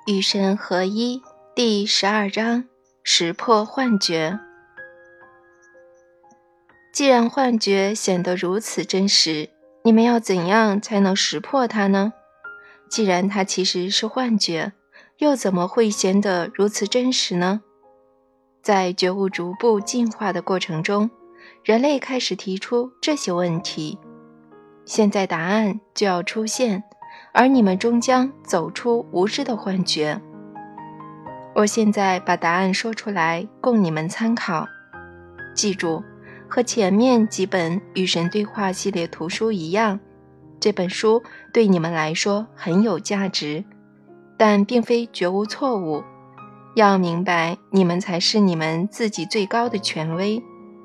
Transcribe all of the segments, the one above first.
与神合一第12章识破幻觉。既然幻觉显得如此真实，你们要怎样才能识破它呢？既然它其实是幻觉，又怎么会显得如此真实呢？在觉悟逐步进化的过程中，人类开始提出这些问题，现在答案就要出现，而你们终将走出无知的幻觉。我现在把答案说出来，供你们参考。记住，和前面几本与神对话系列图书一样，这本书对你们来说很有价值，但并非绝无错误。要明白，你们才是你们自己最高的权威。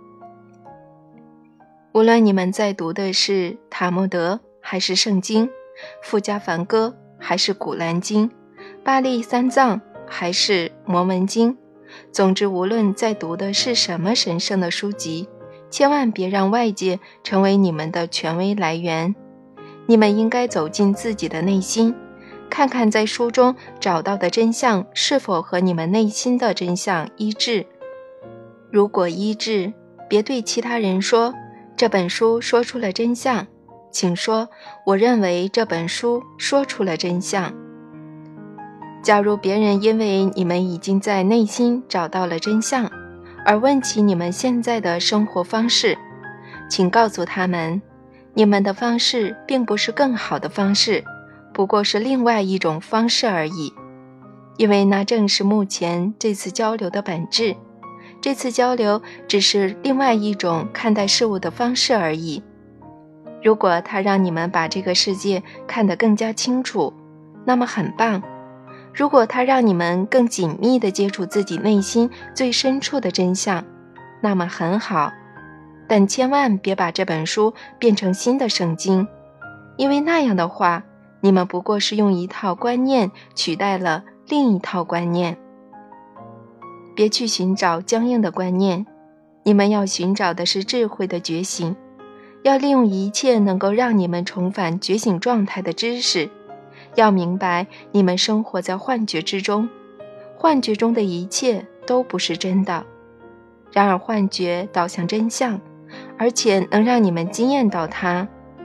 无论你们在读的是塔木德还是圣经，富加梵歌还是古兰经，巴利三藏还是摩门经，总之无论在读的是什么神圣的书籍，千万别让外界成为你们的权威来源。你们应该走进自己的内心，看看在书中找到的真相是否和你们内心的真相一致。如果一致，别对其他人说这本书说出了真相，请说我认为这本书说出了真相。假如别人因为你们已经在内心找到了真相，而问起你们现在的生活方式，请告诉他们，你们的方式并不是更好的方式，不过是另外一种方式而已，因为那正是目前这次交流的本质。这次交流只是另外一种看待事物的方式而已。如果它让你们把这个世界看得更加清楚，那么很棒。如果它让你们更紧密地接触自己内心最深处的真相，那么很好。但千万别把这本书变成新的圣经，因为那样的话，你们不过是用一套观念取代了另一套观念。别去寻找僵硬的观念，你们要寻找的是智慧的觉醒，要利用一切能够让你们重返觉醒状态的知识。要明白，你们生活在幻觉之中，幻觉中的一切都不是真的。然而幻觉导向真相，而且能让你们惊艳到它。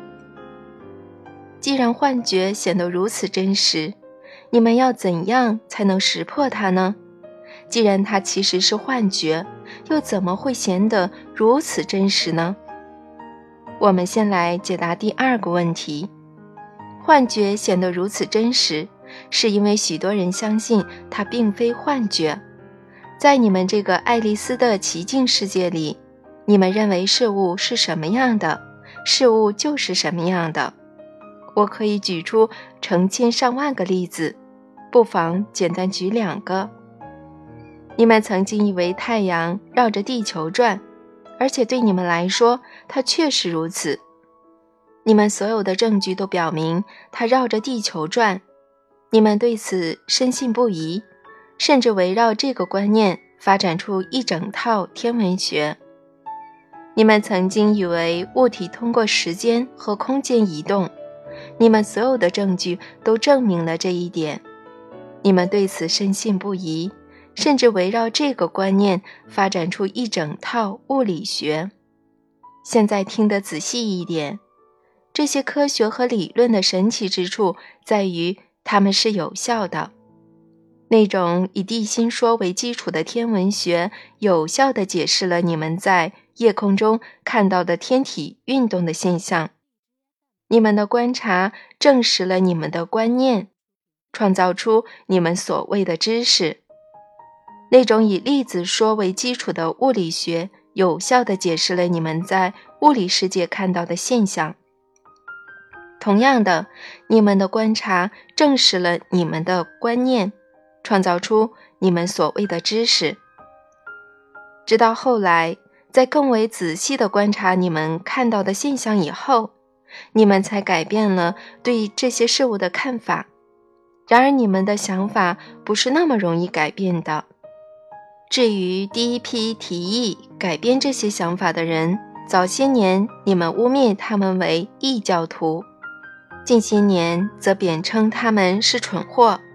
既然幻觉显得如此真实，你们要怎样才能识破它呢？既然它其实是幻觉，又怎么会显得如此真实呢？我们先来解答第二个问题。幻觉显得如此真实，是因为许多人相信它并非幻觉。在你们这个爱丽丝的奇境世界里，你们认为事物是什么样的，事物就是什么样的。我可以举出成千上万个例子，不妨简单举2个。你们曾经以为太阳绕着地球转，而且对你们来说，它确实如此。你们所有的证据都表明它绕着地球转，你们对此深信不疑，甚至围绕这个观念发展出一整套天文学。你们曾经以为物体通过时间和空间移动，你们所有的证据都证明了这一点，你们对此深信不疑，甚至围绕这个观念发展出一整套物理学。现在听得仔细一点，这些科学和理论的神奇之处在于它们是有效的。那种以地心说为基础的天文学有效地解释了你们在夜空中看到的天体运动的现象。你们的观察证实了你们的观念，创造出你们所谓的知识。那种以粒子说为基础的物理学有效地解释了你们在物理世界看到的现象。同样的，你们的观察证实了你们的观念，创造出你们所谓的知识。直到后来，在更为仔细地观察你们看到的现象以后，你们才改变了对这些事物的看法。然而你们的想法不是那么容易改变的。至于第一批提议改变这些想法的人，早些年你们污蔑他们为异教徒，近些年则贬称他们是蠢货，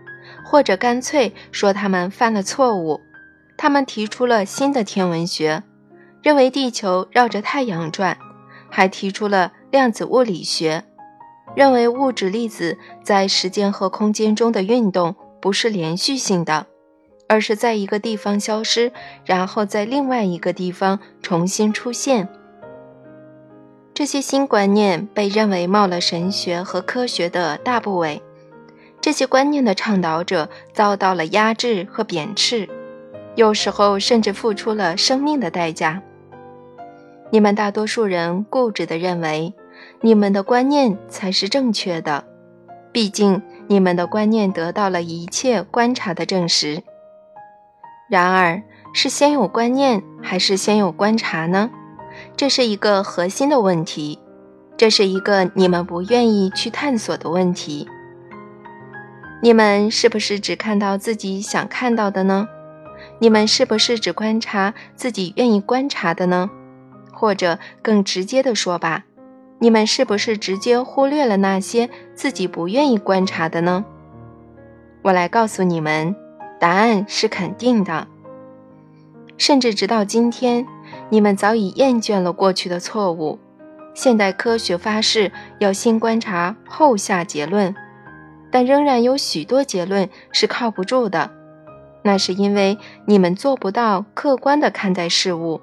或者干脆说他们犯了错误。他们提出了新的天文学，认为地球绕着太阳转，还提出了量子物理学，认为物质粒子在时间和空间中的运动不是连续性的，而是在一个地方消失，然后在另外一个地方重新出现。这些新观念被认为冒了神学和科学的大不韪，这些观念的倡导者遭到了压制和贬斥，有时候甚至付出了生命的代价。你们大多数人固执地认为你们的观念才是正确的，毕竟你们的观念得到了一切观察的证实。然而，是先有观念还是先有观察呢？这是一个核心的问题，这是一个你们不愿意去探索的问题。你们是不是只看到自己想看到的呢？你们是不是只观察自己愿意观察的呢？或者更直接地说吧，你们是不是直接忽略了那些自己不愿意观察的呢？我来告诉你们，答案是肯定的。甚至直到今天，你们早已厌倦了过去的错误。现代科学发誓要先观察后下结论，但仍然有许多结论是靠不住的，那是因为你们做不到客观地看待事物。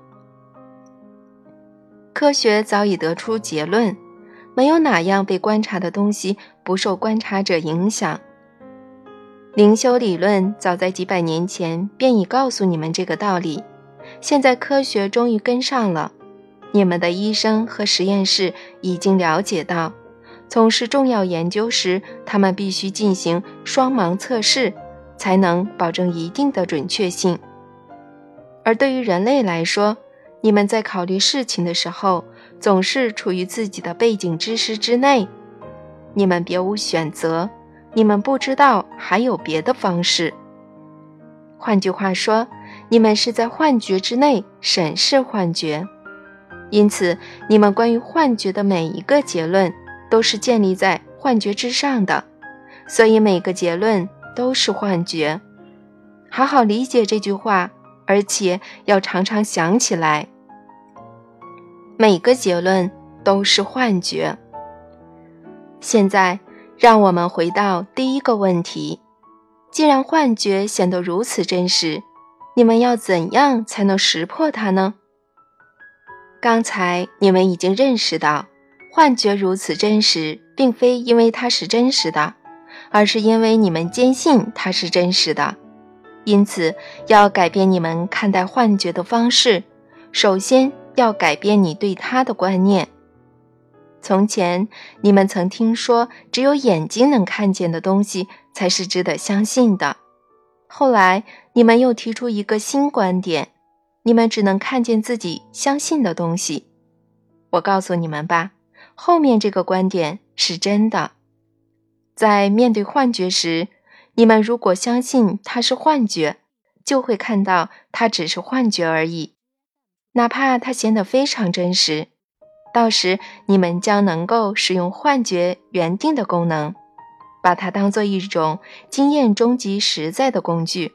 科学早已得出结论，没有哪样被观察的东西不受观察者影响。灵修理论早在几百年前便已告诉你们这个道理，现在科学终于跟上了。你们的医生和实验室已经了解到，从事重要研究时，他们必须进行双盲测试，才能保证一定的准确性。而对于人类来说，你们在考虑事情的时候，总是处于自己的背景知识之内，你们别无选择，你们不知道还有别的方式。换句话说，你们是在幻觉之内审视幻觉，因此你们关于幻觉的每一个结论都是建立在幻觉之上的，所以每个结论都是幻觉。好好理解这句话，而且要常常想起来，每个结论都是幻觉。现在让我们回到第一个问题，既然幻觉显得如此真实，你们要怎样才能识破它呢？刚才你们已经认识到，幻觉如此真实，并非因为它是真实的，而是因为你们坚信它是真实的。因此，要改变你们看待幻觉的方式，首先要改变你对它的观念。从前，你们曾听说只有眼睛能看见的东西才是值得相信的。后来，你们又提出一个新观点，你们只能看见自己相信的东西。我告诉你们吧，后面这个观点是真的。在面对幻觉时，你们如果相信它是幻觉，就会看到它只是幻觉而已，哪怕它显得非常真实。到时你们将能够使用幻觉原定的功能，把它当作一种经验终极实在的工具。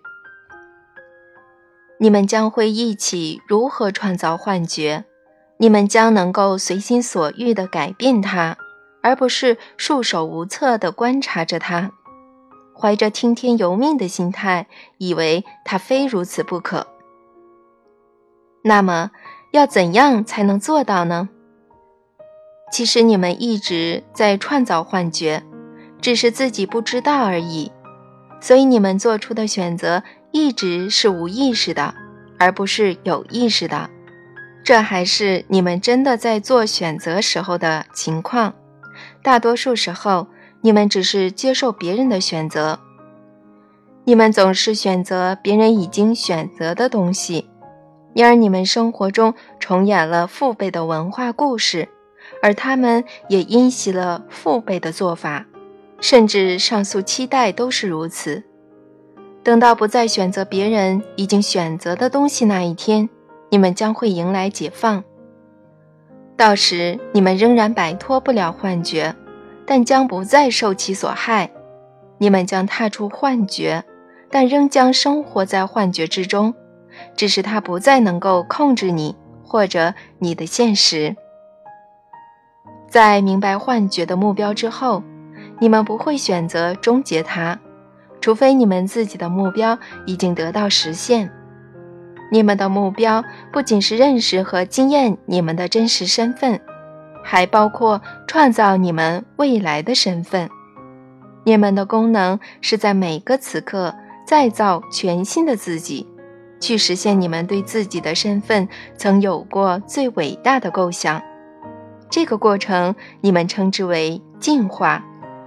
你们将会忆起如何创造幻觉，你们将能够随心所欲地改变它，而不是束手无策地观察着它，怀着听天由命的心态，以为它非如此不可。那么，要怎样才能做到呢？其实你们一直在创造幻觉，只是自己不知道而已。所以你们做出的选择一直是无意识的，而不是有意识的。这还是你们真的在做选择时候的情况。大多数时候，你们只是接受别人的选择。你们总是选择别人已经选择的东西，因而你们生活中重演了父辈的文化故事，而他们也因袭了父辈的做法，甚至上述7代都是如此。等到不再选择别人已经选择的东西那一天，你们将会迎来解放。到时你们仍然摆脱不了幻觉，但将不再受其所害。 你们将踏出幻觉，但仍将生活在幻觉之中，只是它不再能够控制你或者你的现实。在明白幻觉的目标之后，你们不会选择终结它，除非你们自己的目标已经得到实现。你们的目标不仅是认识和经验你们的真实身份，还包括创造你们未来的身份。你们的功能是在每个此刻再造全新的自己，去实现你们对自己的身份曾有过最伟大的构想。这个过程你们称之为进化。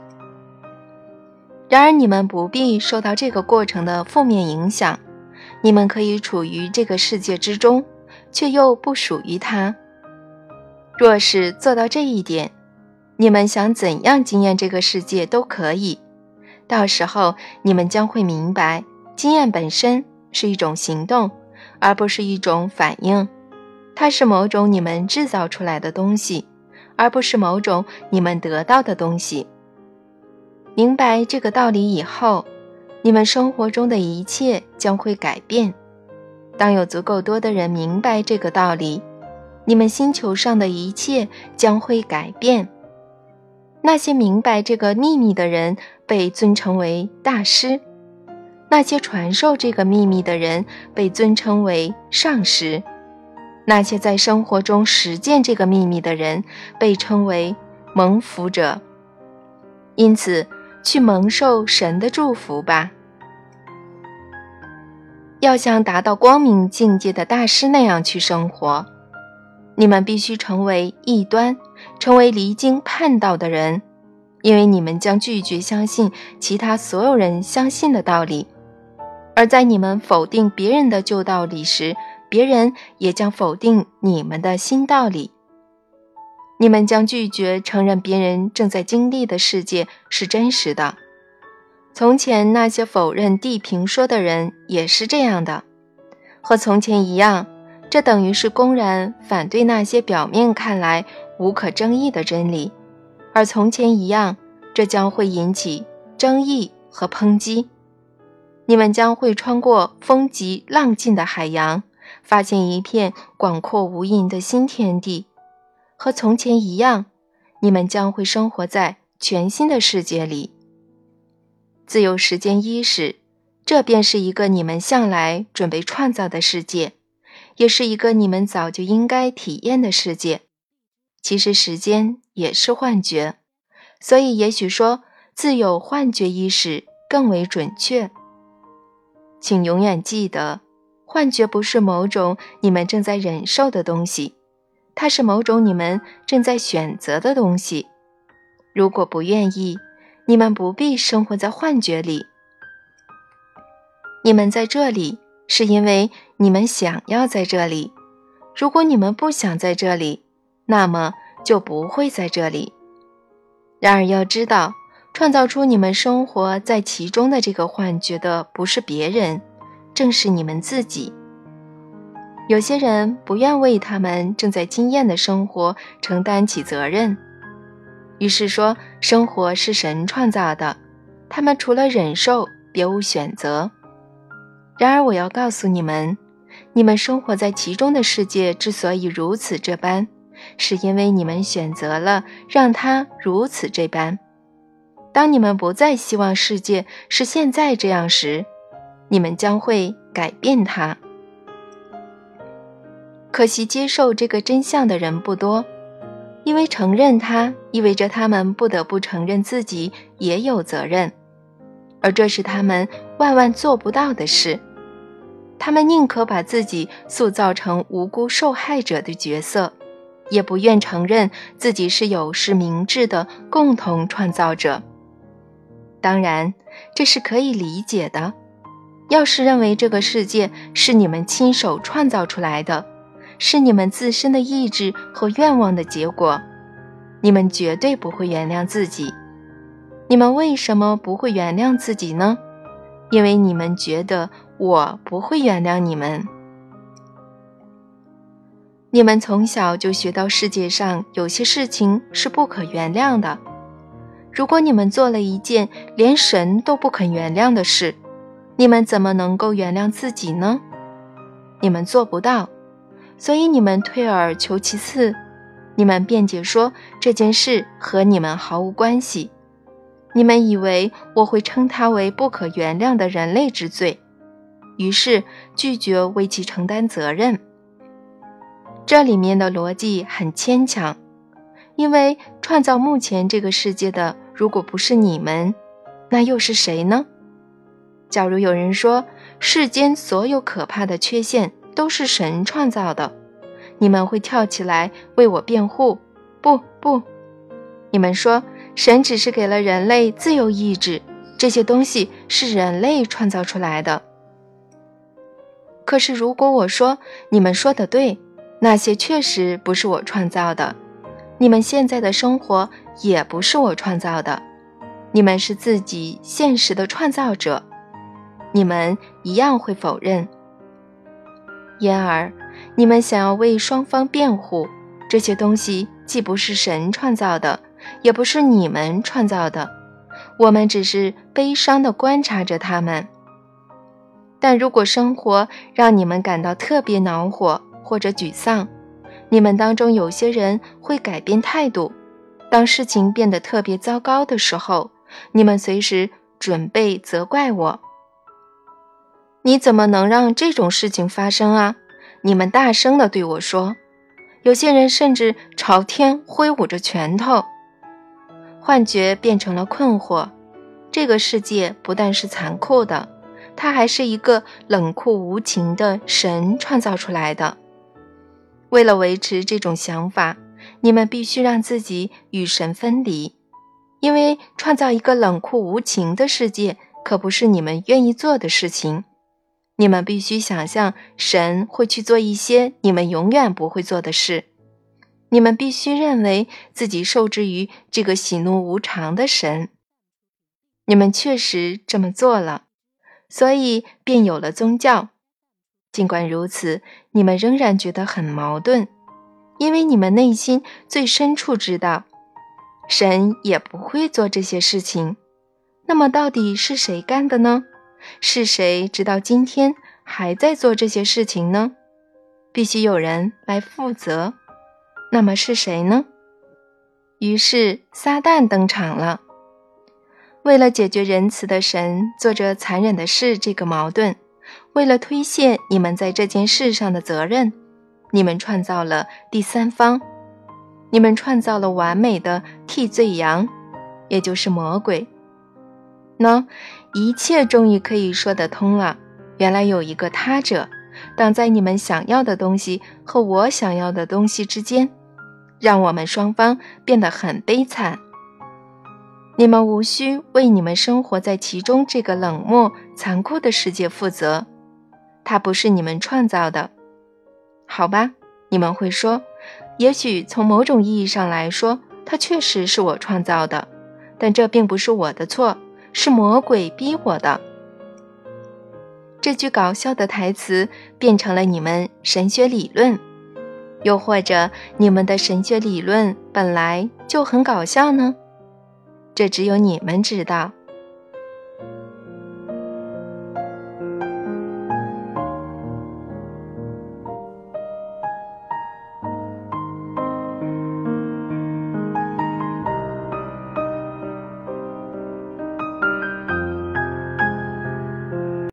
然而你们不必受到这个过程的负面影响，你们可以处于这个世界之中，却又不属于它。若是做到这一点，你们想怎样经验这个世界都可以。到时候你们将会明白，经验本身是一种行动，而不是一种反应。它是某种你们制造出来的东西，而不是某种你们得到的东西。明白这个道理以后，你们生活中的一切将会改变。当有足够多的人明白这个道理，你们星球上的一切将会改变。那些明白这个秘密的人被尊称为大师，那些传授这个秘密的人被尊称为上师，那些在生活中实践这个秘密的人被称为蒙福者。因此，去蒙受神的祝福吧。要像达到光明境界的大师那样去生活，你们必须成为异端，成为离经叛道的人，因为你们将拒绝相信其他所有人相信的道理，而在你们否定别人的旧道理时，别人也将否定你们的新道理。你们将拒绝承认别人正在经历的世界是真实的。从前那些否认地平说的人也是这样的，和从前一样，这等于是公然反对那些表面看来无可争议的真理，而从前一样，这将会引起争议和抨击。你们将会穿过风急浪静的海洋，发现一片广阔无垠的新天地。和从前一样，你们将会生活在全新的世界里。自由时间伊始，这便是一个你们向来准备创造的世界，也是一个你们早就应该体验的世界。其实时间也是幻觉，所以也许说自有幻觉伊始更为准确。请永远记得，幻觉不是某种你们正在忍受的东西，它是某种你们正在选择的东西。如果不愿意，你们不必生活在幻觉里。你们在这里，是因为你们想要在这里。如果你们不想在这里，那么就不会在这里。然而要知道，创造出你们生活在其中的这个幻觉的不是别人，正是你们自己。有些人不愿为他们正在经验的生活承担起责任，于是说生活是神创造的，他们除了忍受别无选择。然而我要告诉你们，你们生活在其中的世界之所以如此这般，是因为你们选择了让它如此这般。当你们不再希望世界是现在这样时，你们将会改变它。可惜接受这个真相的人不多，因为承认它意味着他们不得不承认自己也有责任，而这是他们万万做不到的事。他们宁可把自己塑造成无辜受害者的角色，也不愿承认自己是有失明智的共同创造者。当然，这是可以理解的。要是认为这个世界是你们亲手创造出来的，是你们自身的意志和愿望的结果，你们绝对不会原谅自己。你们为什么不会原谅自己呢？因为你们觉得我不会原谅你们。你们从小就学到世界上有些事情是不可原谅的， 如果你们做了一件连神都不肯原谅的事，你们怎么能够原谅自己呢？你们做不到，所以你们退而求其次，你们辩解说这件事和你们毫无关系。你们以为我会称它为不可原谅的人类之罪，于是拒绝为其承担责任。这里面的逻辑很牵强，因为创造目前这个世界的如果不是你们，那又是谁呢？假如有人说世间所有可怕的缺陷都是神创造的，你们会跳起来为我辩护。不，你们说神只是给了人类自由意志，这些东西是人类创造出来的。可是如果我说你们说得对，那些确实不是我创造的，你们现在的生活也不是我创造的，你们是自己现实的创造者，你们一样会否认。因而你们想要为双方辩护，这些东西既不是神创造的，也不是你们创造的，我们只是悲伤地观察着它们。但如果生活让你们感到特别恼火或者沮丧，你们当中有些人会改变态度，当事情变得特别糟糕的时候，你们随时准备责怪我。你怎么能让这种事情发生啊？你们大声地对我说，有些人甚至朝天挥舞着拳头。幻觉变成了困惑，这个世界不但是残酷的，它还是一个冷酷无情的神创造出来的。为了维持这种想法，你们必须让自己与神分离，因为创造一个冷酷无情的世界可不是你们愿意做的事情。你们必须想象神会去做一些你们永远不会做的事，你们必须认为自己受制于这个喜怒无常的神。你们确实这么做了，所以便有了宗教。尽管如此，你们仍然觉得很矛盾，因为你们内心最深处知道，神也不会做这些事情。那么到底是谁干的呢？是谁直到今天还在做这些事情呢？必须有人来负责。那么是谁呢？于是撒旦登场了。为了解决仁慈的神做着残忍的事这个矛盾，为了推卸你们在这件事上的责任，你们创造了第三方，你们创造了完美的替罪羊，也就是魔鬼。喏，一切终于可以说得通了。原来有一个他者，挡在你们想要的东西和我想要的东西之间，让我们双方变得很悲惨。你们无需为你们生活在其中这个冷漠残酷的世界负责，它不是你们创造的。好吧，你们会说，也许从某种意义上来说，它确实是我创造的，但这并不是我的错，是魔鬼逼我的。这句搞笑的台词变成了你们神学理论，又或者你们的神学理论本来就很搞笑呢？这只有你们知道。